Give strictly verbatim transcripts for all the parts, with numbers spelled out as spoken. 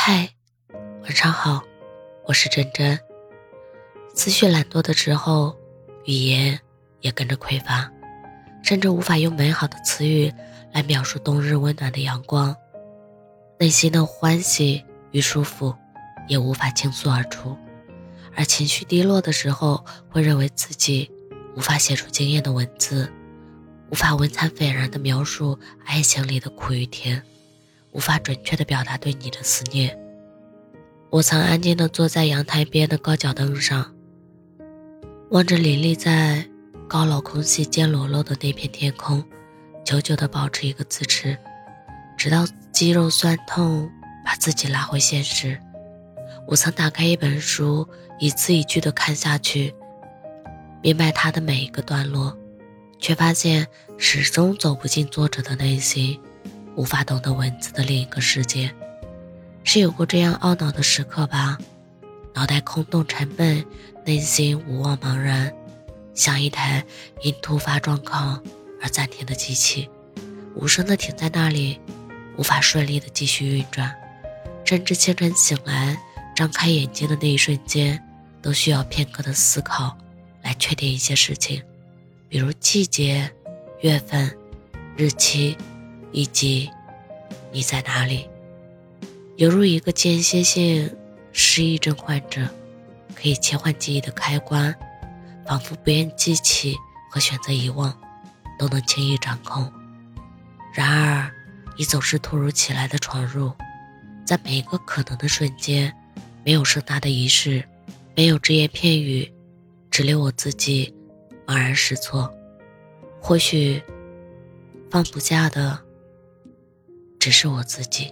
嗨，晚上好，我是真真。思绪懒惰的时候，语言也跟着匮乏，甚至无法用美好的词语来描述冬日温暖的阳光。内心的欢喜与舒服也无法倾诉而出，而情绪低落的时候，会认为自己无法写出惊艳的文字，无法文采斐然地描述爱情里的苦与甜，无法准确地表达对你的思念。我曾安静地坐在阳台边的高脚凳上，望着林立在高楼空隙间裸露的那片天空，久久地保持一个姿势，直到肌肉酸痛把自己拉回现实。我曾打开一本书，一字一句地看下去，明白它的每一个段落，却发现始终走不进作者的内心，无法懂得文字的另一个世界。是有过这样懊恼的时刻吧，脑袋空洞沉闷，内心无望茫然，像一台因突发状况而暂停的机器，无声地停在那里，无法顺利地继续运转。甚至清晨醒来张开眼睛的那一瞬间，都需要片刻的思考来确定一些事情，比如季节、月份、日期，以及你在哪里。犹如一个间歇性失忆症患者，可以切换记忆的开关，仿佛不愿记起和选择遗忘都能轻易掌控。然而你总是突如其来的闯入，在每一个可能的瞬间，没有盛大的仪式，没有只言片语，只留我自己茫然失措。或许放不下的只是我自己。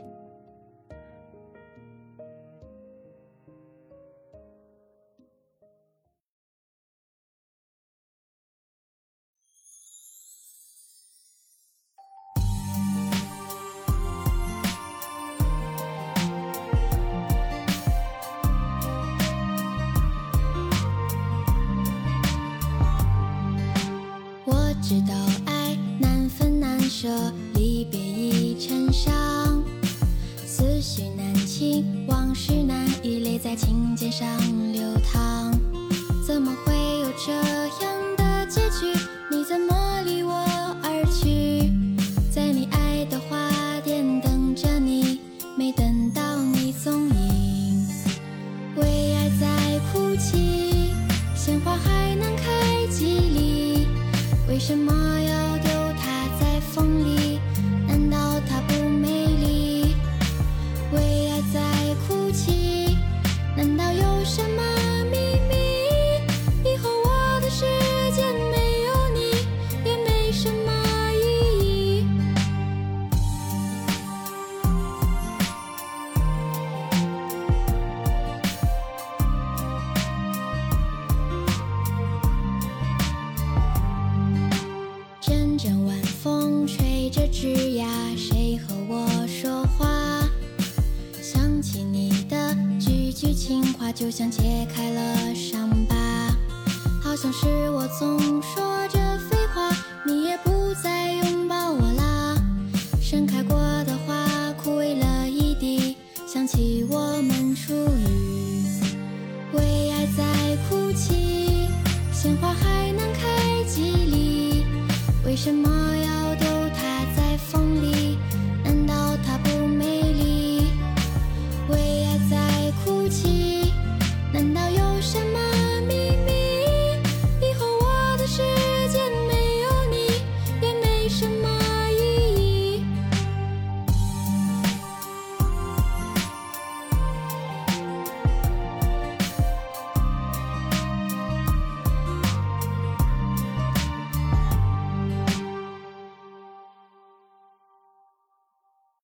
知道爱难分难舍，离别已成伤，思绪难清，往事难以泪在琴键上流淌。怎么会有这样的结局？你怎么离我而去？在你爱的花店等着你，没等到你踪影。为爱在哭泣，鲜花还能开几粒？为什么要丢它在风里？难道它不美丽？为爱在哭泣，难道有什么秘密？以后我的世界没有你，也没什么意义。阵阵晚风吹着枝桠，谁和我说话？想起你的句句情话，就像揭开了伤疤。